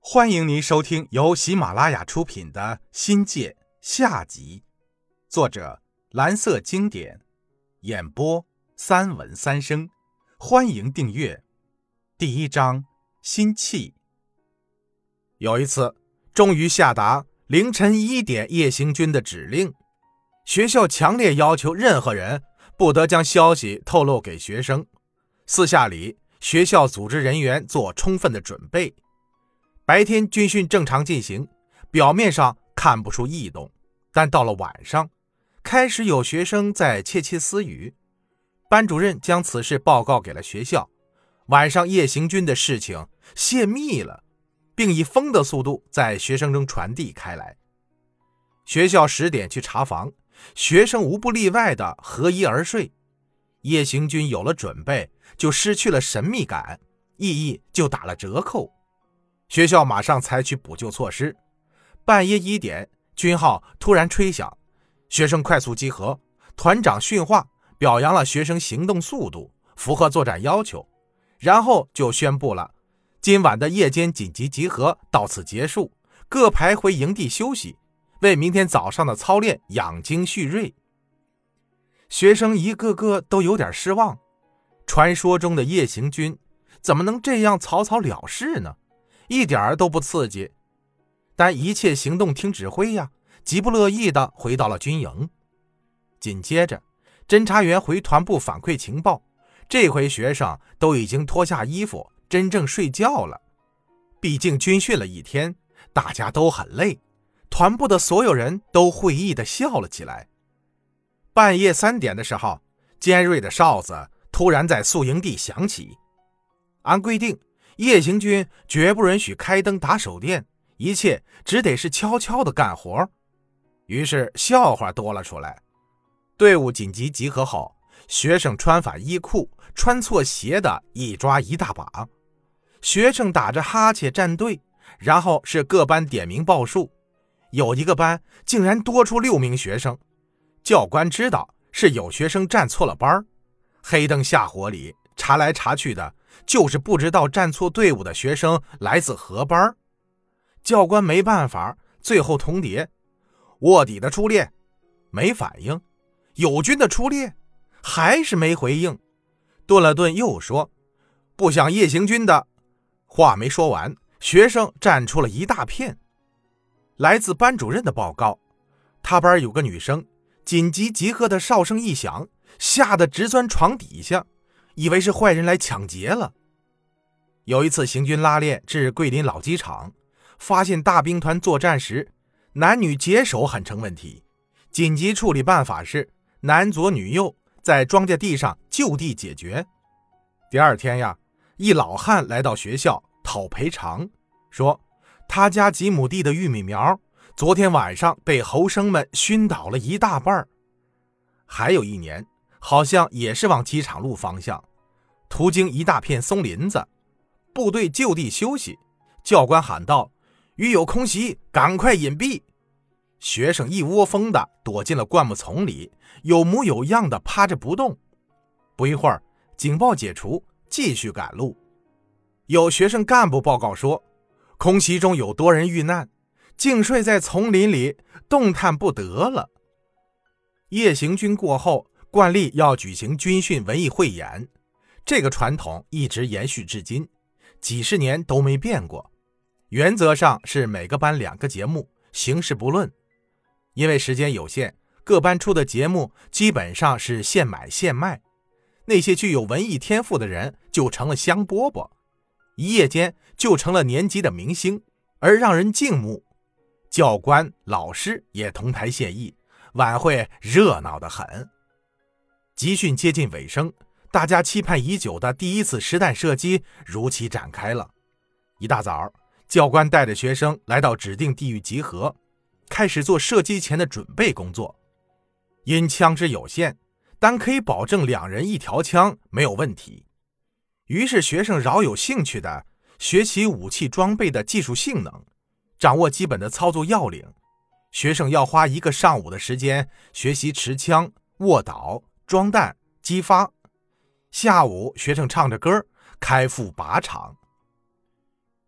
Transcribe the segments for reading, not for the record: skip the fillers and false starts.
欢迎您收听由喜马拉雅出品的《新界》下集，作者蓝色经典，演播三文三生。欢迎订阅。第一章，心气。有一次，终于下达凌晨1点夜行军的指令，学校强烈要求任何人不得将消息透露给学生。私下里，学校组织人员做充分的准备。白天军训正常进行，表面上看不出异动，但到了晚上，开始有学生在窃窃私语。班主任将此事报告给了学校，晚上夜行军的事情泄密了，并以风的速度在学生中传递开来。学校10点去查房，学生无不例外的合衣而睡。夜行军有了准备，就失去了神秘感，意义就打了折扣。学校马上采取补救措施。半夜1点，军号突然吹响，学生快速集合，团长训话，表扬了学生行动速度，符合作战要求，然后就宣布了今晚的夜间紧急集合到此结束，各排回营地休息，为明天早上的操练养精蓄锐。学生一个个都有点失望，传说中的夜行军怎么能这样草草了事呢？一点都不刺激。但一切行动听指挥呀，极不乐意地回到了军营。紧接着，侦察员回团部反馈情报，这回学生都已经脱下衣服真正睡觉了。毕竟军训了一天，大家都很累，团部的所有人都会意地笑了起来。半夜3点的时候，尖锐的哨子突然在宿营地响起。按规定，夜行军绝不允许开灯打手电，一切只得是悄悄地干活。于是笑话多了出来。队伍紧急集合后，学生穿反衣裤，穿错鞋的一抓一大把。学生打着哈欠站队，然后是各班点名报数。有一个班竟然多出6名学生，教官知道是有学生站错了班，黑灯瞎火里查来查去的，就是不知道站错队伍的学生来自何班。教官没办法，最后通牒：卧底的出列，没反应；友军的出列，还是没回应。顿了顿又说：不想夜行军的。话没说完，学生站出了一大片。来自班主任的报告，他班有个女生，紧急集合的哨声一响，吓得直钻床底下，以为是坏人来抢劫了。有一次行军拉练至桂林老机场，发现大兵团作战时男女解手很成问题，紧急处理办法是男左女右在庄稼地上就地解决。第二天呀，一老汉来到学校讨赔偿，说他家几亩地的玉米苗昨天晚上被猴生们熏倒了一大半。还有一年，好像也是往机场路方向，途经一大片松林子，部队就地休息，教官喊道：余有空袭，赶快隐蔽。学生一窝蜂地躲进了灌木丛里，有模有样地趴着不动。不一会儿，警报解除，继续赶路。有学生干部报告说，空袭中有多人遇难，竟睡在丛林里，动弹不得了。夜行军过后，惯例要举行军训文艺汇演，这个传统一直延续至今，几十年都没变过。原则上是每个班2个节目，形式不论。因为时间有限，各班出的节目基本上是现买现卖，那些具有文艺天赋的人就成了香饽饽，一夜间就成了年级的明星，而让人敬慕。教官老师也同台献艺，晚会热闹得很。集训接近尾声，大家期盼已久的第一次实弹射击如期展开了。一大早，教官带着学生来到指定地域集合，开始做射击前的准备工作。因枪支有限，但可以保证2人1条枪没有问题。于是学生饶有兴趣地学习武器装备的技术性能，掌握基本的操作要领。学生要花1个上午的时间学习持枪、卧倒、装弹、击发。下午学生唱着歌开赴靶场。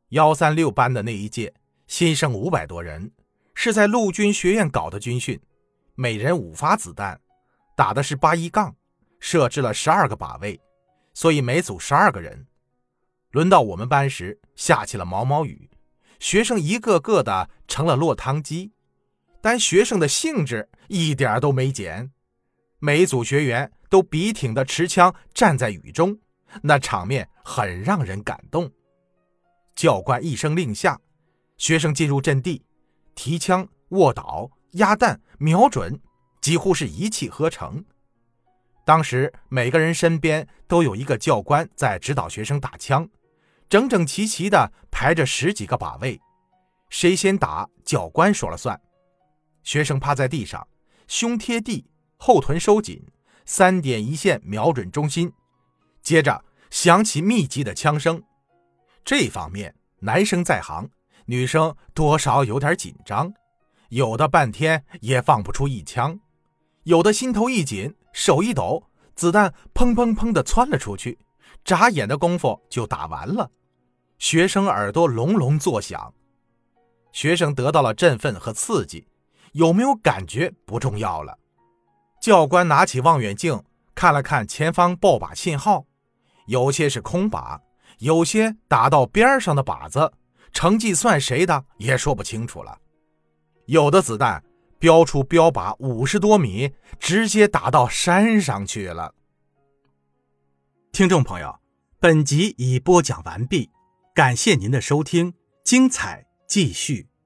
136班的那一届新生500多人，是在陆军学院搞的军训，每人5发子弹，打的是81杠，设置了12个靶位，所以每组12个人。轮到我们班时，下起了毛毛雨，学生一个个的成了落汤鸡，但学生的兴致一点都没减，每一组学员都笔挺的持枪站在雨中，那场面很让人感动。教官一声令下，学生进入阵地，提枪、卧倒、压弹、瞄准，几乎是一气呵成。当时每个人身边都有一个教官在指导学生打枪，整整齐齐的排着10几个靶位，谁先打教官说了算。学生趴在地上，胸贴地，后臀收紧，3点一线瞄准中心，接着响起密集的枪声。这方面男生在行，女生多少有点紧张，有的半天也放不出一枪，有的心头一紧，手一抖，子弹砰砰砰地窜了出去，眨眼的功夫就打完了。学生耳朵隆隆作响，学生得到了振奋和刺激，有没有感觉不重要了。教官拿起望远镜看了看前方爆靶信号，有些是空靶，有些打到边上的靶子，成绩算谁的也说不清楚了。有的子弹标出标靶50多米，直接打到山上去了。 听众朋友，本集已播讲完毕，感谢您的收听，精彩继续。